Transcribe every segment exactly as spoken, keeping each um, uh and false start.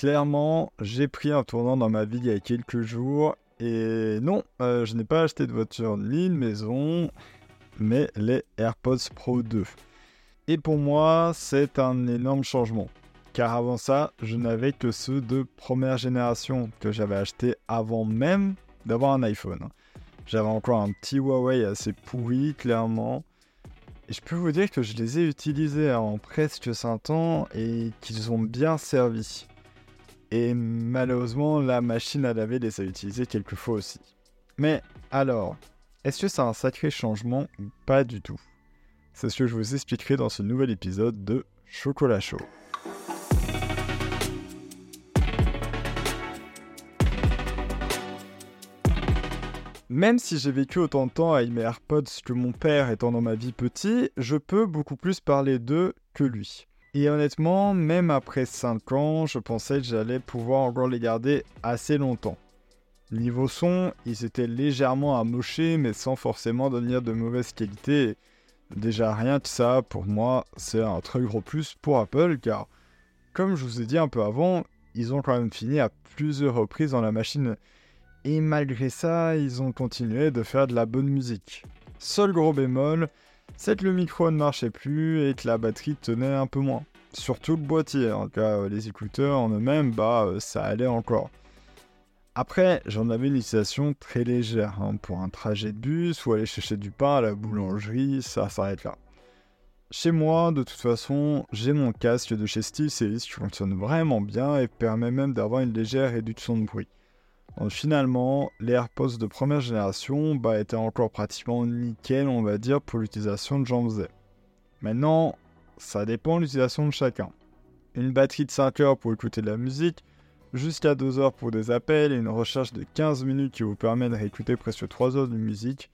clairement, j'ai pris un tournant dans ma vie il y a quelques jours. Et non, euh, je n'ai pas acheté de voiture ni de maison, mais les AirPods Pro deux. Et pour moi, c'est un énorme changement. Car avant ça, je n'avais que ceux de première génération que j'avais achetés avant même d'avoir un iPhone. J'avais encore un petit Huawei assez pourri, clairement. Et je peux vous dire que je les ai utilisés en presque cinq ans et qu'ils ont bien servi. Et malheureusement, la machine à laver les a utilisés quelques fois aussi. Mais alors, est-ce que c'est un sacré changement ou pas du tout ? C'est ce que je vous expliquerai dans ce nouvel épisode de Chocolat Chaud. Même si j'ai vécu autant de temps avec mes AirPods que mon père étant dans ma vie petit, je peux beaucoup plus parler d'eux que lui. Et honnêtement, même après cinq ans, je pensais que j'allais pouvoir encore les garder assez longtemps. Niveau son, ils étaient légèrement amochés, mais sans forcément devenir de mauvaise qualité. Déjà rien que ça, pour moi, c'est un très gros plus pour Apple, car comme je vous ai dit un peu avant, ils ont quand même fini à plusieurs reprises dans la machine. Et malgré ça, ils ont continué de faire de la bonne musique. Seul gros bémol, c'est que le micro ne marchait plus et que la batterie tenait un peu moins. Surtout le boîtier, en tout cas les écouteurs en eux-mêmes, bah ça allait encore. Après, j'en avais une utilisation très légère, hein, pour un trajet de bus ou aller chercher du pain à la boulangerie, ça s'arrête là. Chez moi, de toute façon, j'ai mon casque de chez SteelSeries qui fonctionne vraiment bien et permet même d'avoir une légère réduction de bruit. Donc finalement, les AirPods de première génération bah, étaient encore pratiquement nickel, on va dire, pour l'utilisation que j'en faisais. Maintenant, ça dépend de l'utilisation de chacun. Une batterie de cinq heures pour écouter de la musique, jusqu'à deux heures pour des appels et une recharge de quinze minutes qui vous permet de réécouter presque trois heures de musique.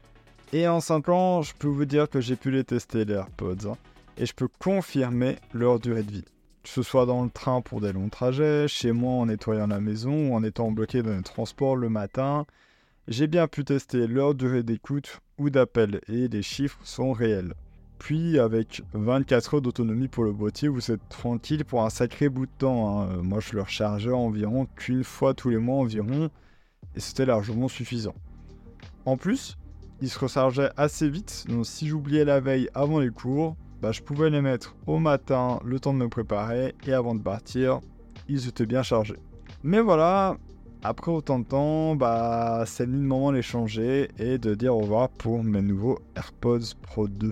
Et en cinq ans, je peux vous dire que j'ai pu les tester les AirPods, hein, et je peux confirmer leur durée de vie. Que ce soit dans le train pour des longs trajets, chez moi en nettoyant la maison ou en étant bloqué dans les transports le matin, j'ai bien pu tester leur durée d'écoute ou d'appel et les chiffres sont réels. Puis avec vingt-quatre heures d'autonomie pour le boîtier, vous êtes tranquille pour un sacré bout de temps, hein. Moi je le rechargeais environ qu'une fois tous les mois environ et c'était largement suffisant. En plus, il se rechargeait assez vite, donc si j'oubliais la veille avant les cours, bah, je pouvais les mettre au matin, le temps de me préparer, et avant de partir, ils étaient bien chargés. Mais voilà, après autant de temps, bah, c'est le moment de les changer et de dire au revoir pour mes nouveaux AirPods Pro deux.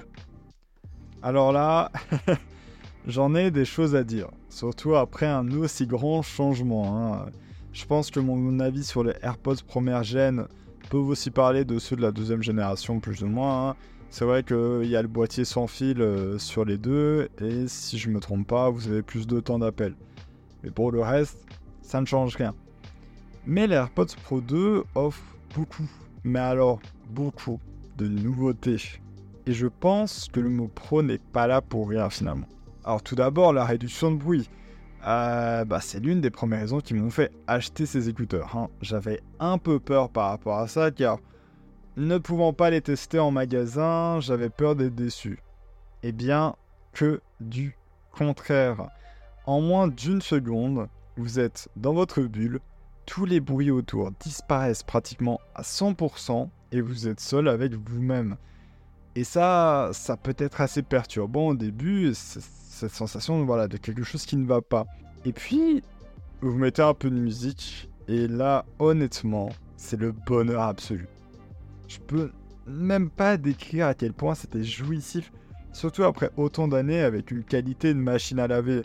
Alors là, j'en ai des choses à dire, surtout après un aussi grand changement, hein. Je pense que mon avis sur les AirPods première gène peut aussi parler de ceux de la deuxième génération, plus ou moins, hein. C'est vrai qu'il y a le boîtier sans fil euh, sur les deux, et si je me trompe pas, vous avez plus de temps d'appel. Mais pour le reste, ça ne change rien. Mais les AirPods Pro deux offrent beaucoup, mais alors beaucoup, de nouveautés. Et je pense que le mot pro n'est pas là pour rien finalement. Alors tout d'abord, la réduction de bruit. Euh, bah, c'est l'une des premières raisons qui m'ont fait acheter ces écouteurs, hein. J'avais un peu peur par rapport à ça, car ne pouvant pas les tester en magasin, j'avais peur d'être déçu. Eh bien, que du contraire. En moins d'une seconde, vous êtes dans votre bulle, tous les bruits autour disparaissent pratiquement à cent pour cent et vous êtes seul avec vous-même. Et ça, ça peut être assez perturbant au début, cette sensation voilà, de quelque chose qui ne va pas. Et puis, vous mettez un peu de musique, et là, honnêtement, c'est le bonheur absolu. Je peux même pas décrire à quel point c'était jouissif, surtout après autant d'années avec une qualité de machine à laver.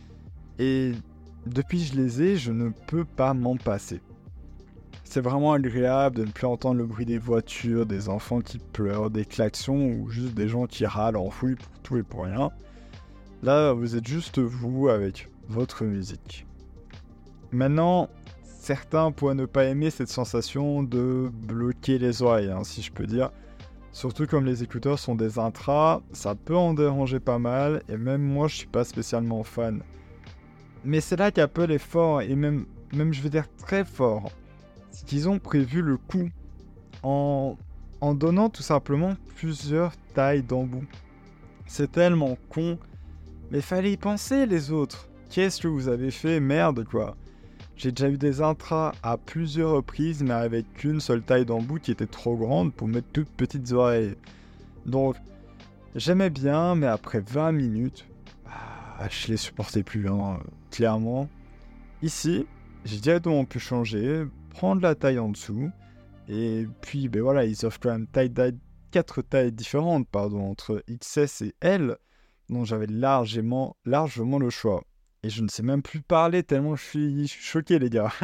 Et depuis que je les ai, je ne peux pas m'en passer. C'est vraiment agréable de ne plus entendre le bruit des voitures, des enfants qui pleurent, des klaxons ou juste des gens qui râlent en fouille pour tout et pour rien. Là, vous êtes juste vous avec votre musique. Maintenant, certains pourraient ne pas aimer cette sensation de bloquer les oreilles, hein, si je peux dire. Surtout comme les écouteurs sont des intras, ça peut en déranger pas mal, et même moi je suis pas spécialement fan. Mais c'est là qu'Apple est fort, et même, même je veux dire très fort. C'est qu'ils ont prévu le coup en, en donnant tout simplement plusieurs tailles d'embout. C'est tellement con, mais fallait y penser les autres. qu'est-ce que vous avez fait? Merde, quoi. J'ai déjà eu des intras à plusieurs reprises, mais avec une seule taille d'embout qui était trop grande pour mes toutes petites oreilles. Donc, j'aimais bien, mais après vingt minutes, ah, je les supportais plus, hein, clairement. Ici, j'ai directement pu changer, prendre la taille en dessous, et puis, ben voilà, ils offrent quand même taille, taille, quatre tailles différentes, pardon, entre X S et L, dont j'avais largement, largement le choix. Et je ne sais même plus parler tellement je suis choqué, les gars.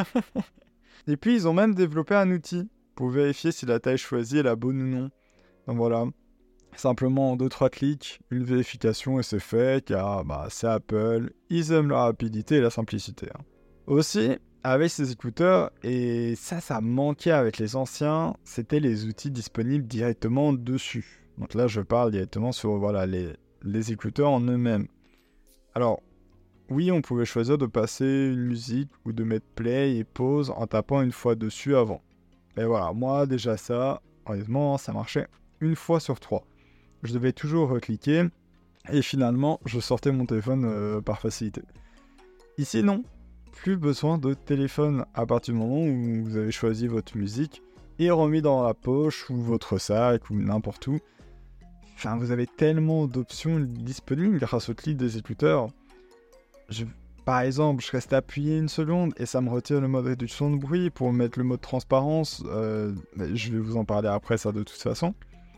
Et puis, ils ont même développé un outil pour vérifier si la taille choisie est la bonne ou non. Donc voilà, simplement en deux trois clics, une vérification et c'est fait, car bah, c'est Apple, ils aiment la rapidité et la simplicité. Hein. Aussi, avec ces écouteurs, et ça, ça manquait avec les anciens, c'était les outils disponibles directement dessus. Donc là, je parle directement sur voilà, les, les écouteurs en eux-mêmes. Alors, oui, on pouvait choisir de passer une musique ou de mettre play et pause en tapant une fois dessus avant. Et voilà, moi, déjà ça, honnêtement, ça marchait une fois sur trois. Je devais toujours recliquer et finalement, je sortais mon téléphone euh, par facilité. Ici, non. Plus besoin de téléphone à partir du moment où vous avez choisi votre musique et remis dans la poche ou votre sac ou n'importe où. Enfin, vous avez tellement d'options disponibles grâce au clic des écouteurs. Je, par exemple, je reste appuyé une seconde et ça me retire le mode réduction de bruit pour mettre le mode transparence. Euh, je vais vous en parler après ça de toute façon.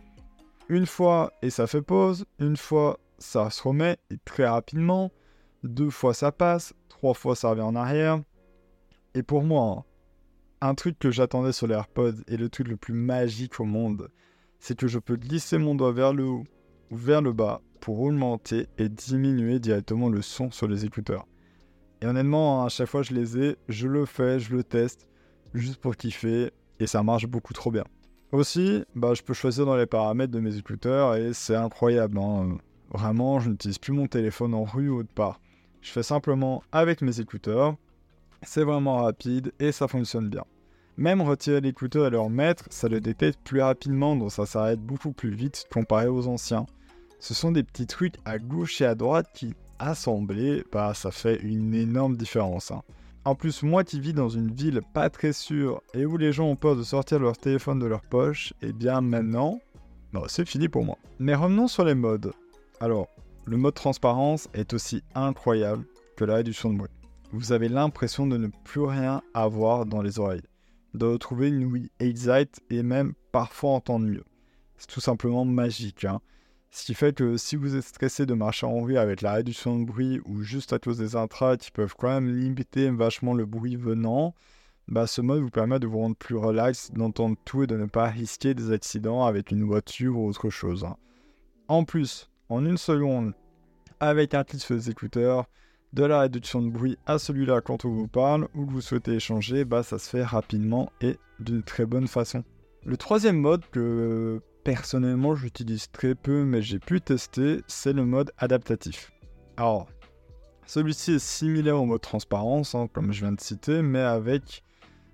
Une fois et ça fait pause, une fois ça se remet et très rapidement, deux fois ça passe, trois fois ça revient en arrière. Et pour moi, un truc que j'attendais sur les AirPods et le truc le plus magique au monde, c'est que je peux glisser mon doigt vers le haut ou vers le bas pour augmenter et diminuer directement le son sur les écouteurs. Et honnêtement, à chaque fois que je les ai, je le fais, je le teste, juste pour kiffer, et ça marche beaucoup trop bien. Aussi, bah, je peux choisir dans les paramètres de mes écouteurs, et c'est incroyable. Hein. Vraiment, je n'utilise plus mon téléphone en rue ou autre part. Je fais simplement avec mes écouteurs, c'est vraiment rapide et ça fonctionne bien. Même retirer l'écouteur et le remettre, ça le détecte plus rapidement, donc ça s'arrête beaucoup plus vite comparé aux anciens. Ce sont des petits trucs à gauche et à droite qui, assemblés, bah, ça fait une énorme différence. Hein. En plus, moi qui vis dans une ville pas très sûre et où les gens ont peur de sortir leur téléphone de leur poche, et bien maintenant, non, c'est fini pour moi. Mais revenons sur les modes. Alors, le mode transparence est aussi incroyable que la réduction de bruit. Vous avez l'impression de ne plus rien avoir dans les oreilles, de retrouver une ouïe exacte et même parfois entendre mieux. C'est tout simplement magique, hein. Ce qui fait que si vous êtes stressé de marcher en rue avec la réduction de bruit ou juste à cause des intras qui peuvent quand même limiter vachement le bruit venant, bah ce mode vous permet de vous rendre plus relax, d'entendre tout et de ne pas risquer des accidents avec une voiture ou autre chose. Hein. En plus, en une seconde, avec un clic sur les écouteurs, de la réduction de bruit à celui-là quand on vous parle ou que vous souhaitez échanger, bah ça se fait rapidement et d'une très bonne façon. Le troisième mode que personnellement j'utilise très peu mais j'ai pu tester, c'est le mode adaptatif. Alors, celui-ci est similaire au mode transparence, hein, comme je viens de citer, mais avec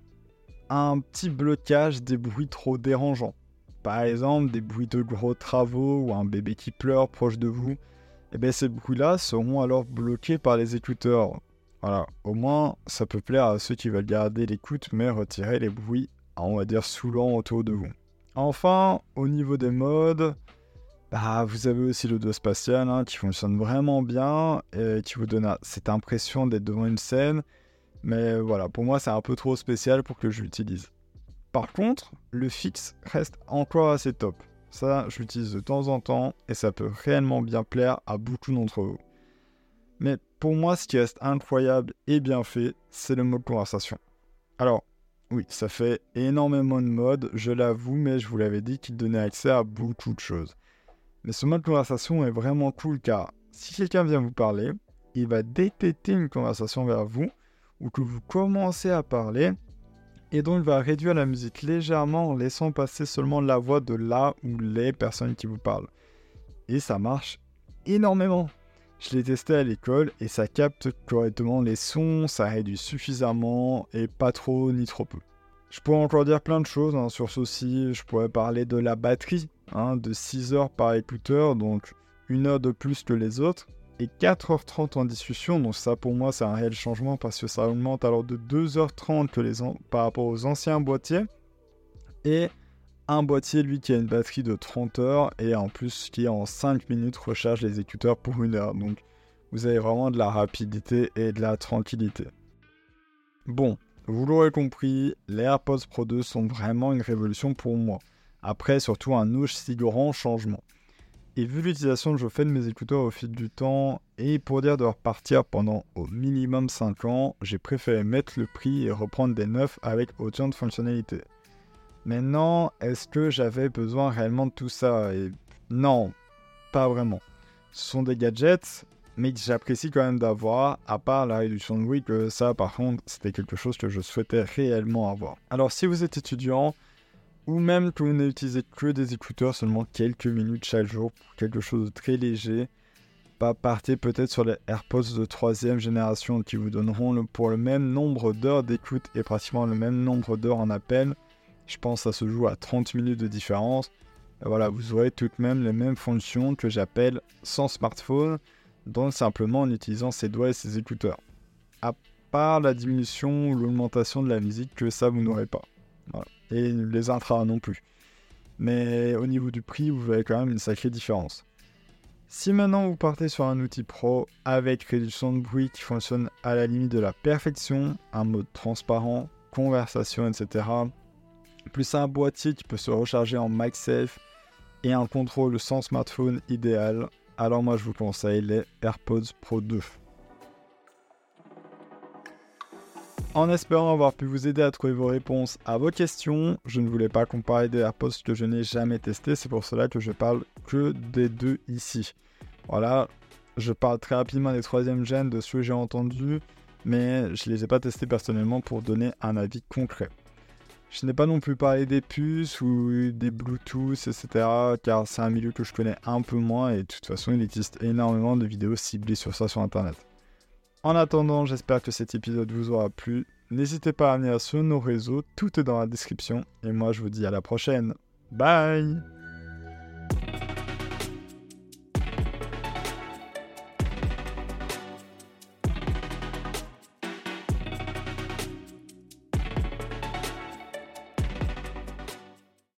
un petit blocage des bruits trop dérangeants. Par exemple, des bruits de gros travaux ou un bébé qui pleure proche de vous. Et bien ces bruits-là seront alors bloqués par les écouteurs. Voilà, au moins ça peut plaire à ceux qui veulent garder l'écoute mais retirer les bruits, on va dire, saoulants autour de vous. Enfin, au niveau des modes, bah, vous avez aussi le dos spatial hein, qui fonctionne vraiment bien et qui vous donne cette impression d'être devant une scène. Mais voilà, pour moi c'est un peu trop spécial pour que je l'utilise. Par contre, le fixe reste encore assez top. Ça, je l'utilise de temps en temps et ça peut réellement bien plaire à beaucoup d'entre vous. Mais pour moi, ce qui reste incroyable et bien fait, c'est le mode conversation. Alors, oui, ça fait énormément de modes, je l'avoue, mais je vous l'avais dit qu'il donnait accès à beaucoup de choses. Mais ce mode conversation est vraiment cool car si quelqu'un vient vous parler, il va détecter une conversation vers vous ou que vous commencez à parler. Et donc il va réduire la musique légèrement en laissant passer seulement la voix de là ou les personnes qui vous parlent. Et ça marche énormément. Je l'ai testé à l'école et ça capte correctement les sons, ça réduit suffisamment et pas trop ni trop peu. Je pourrais encore dire plein de choses hein, sur ceci, je pourrais parler de la batterie, hein, de six heures par écouteur, donc une heure de plus que les autres. et quatre heures trente en discussion. Donc ça pour moi c'est un réel changement parce que ça augmente alors de deux heures trente que les an- par rapport aux anciens boîtiers. Et un boîtier lui qui a une batterie de trente heures et en plus qui en cinq minutes recharge les écouteurs pour une heure. Donc vous avez vraiment de la rapidité et de la tranquillité. Bon, vous l'aurez compris, les AirPods Pro deux sont vraiment une révolution pour moi. Après, surtout un aussi grand changement. Et vu l'utilisation que je fais de mes écouteurs au fil du temps, et pour dire de repartir pendant au minimum cinq ans, j'ai préféré mettre le prix et reprendre des neufs avec autant de fonctionnalités. Maintenant, est-ce que j'avais besoin réellement de tout ça? Et non, pas vraiment. Ce sont des gadgets, mais que j'apprécie quand même d'avoir, à part la réduction de bruit, que ça par contre, c'était quelque chose que je souhaitais réellement avoir. Alors si vous êtes étudiant, ou même que vous n'utilisez que des écouteurs seulement quelques minutes chaque jour pour quelque chose de très léger, bah partez peut-être sur les AirPods de troisième génération qui vous donneront le, pour le même nombre d'heures d'écoute et pratiquement le même nombre d'heures en appel. Je pense que ça se joue à trente minutes de différence. Et voilà, vous aurez tout de même les mêmes fonctions que j'appelle sans smartphone, donc simplement en utilisant ses doigts et ses écouteurs. À part la diminution ou l'augmentation de la musique, que ça vous n'aurez pas. Voilà. Et les intras non plus. Mais au niveau du prix, vous avez quand même une sacrée différence. Si maintenant vous partez sur un outil pro avec réduction de bruit qui fonctionne à la limite de la perfection, un mode transparent, conversation, et cetera, plus un boîtier qui peut se recharger en MagSafe et un contrôle sans smartphone idéal, alors moi je vous conseille les AirPods Pro deux. En espérant avoir pu vous aider à trouver vos réponses à vos questions, je ne voulais pas comparer des AirPods que je n'ai jamais testés, c'est pour cela que je parle que des deux ici. Voilà, je parle très rapidement des troisième gènes de ceux que j'ai entendus, mais je ne les ai pas testés personnellement pour donner un avis concret. Je n'ai pas non plus parlé des puces ou des Bluetooth, et cetera, car c'est un milieu que je connais un peu moins et de toute façon il existe énormément de vidéos ciblées sur ça sur internet. En attendant, j'espère que cet épisode vous aura plu. N'hésitez pas à venir sur nos réseaux, tout est dans la description. Et moi, je vous dis à la prochaine. Bye!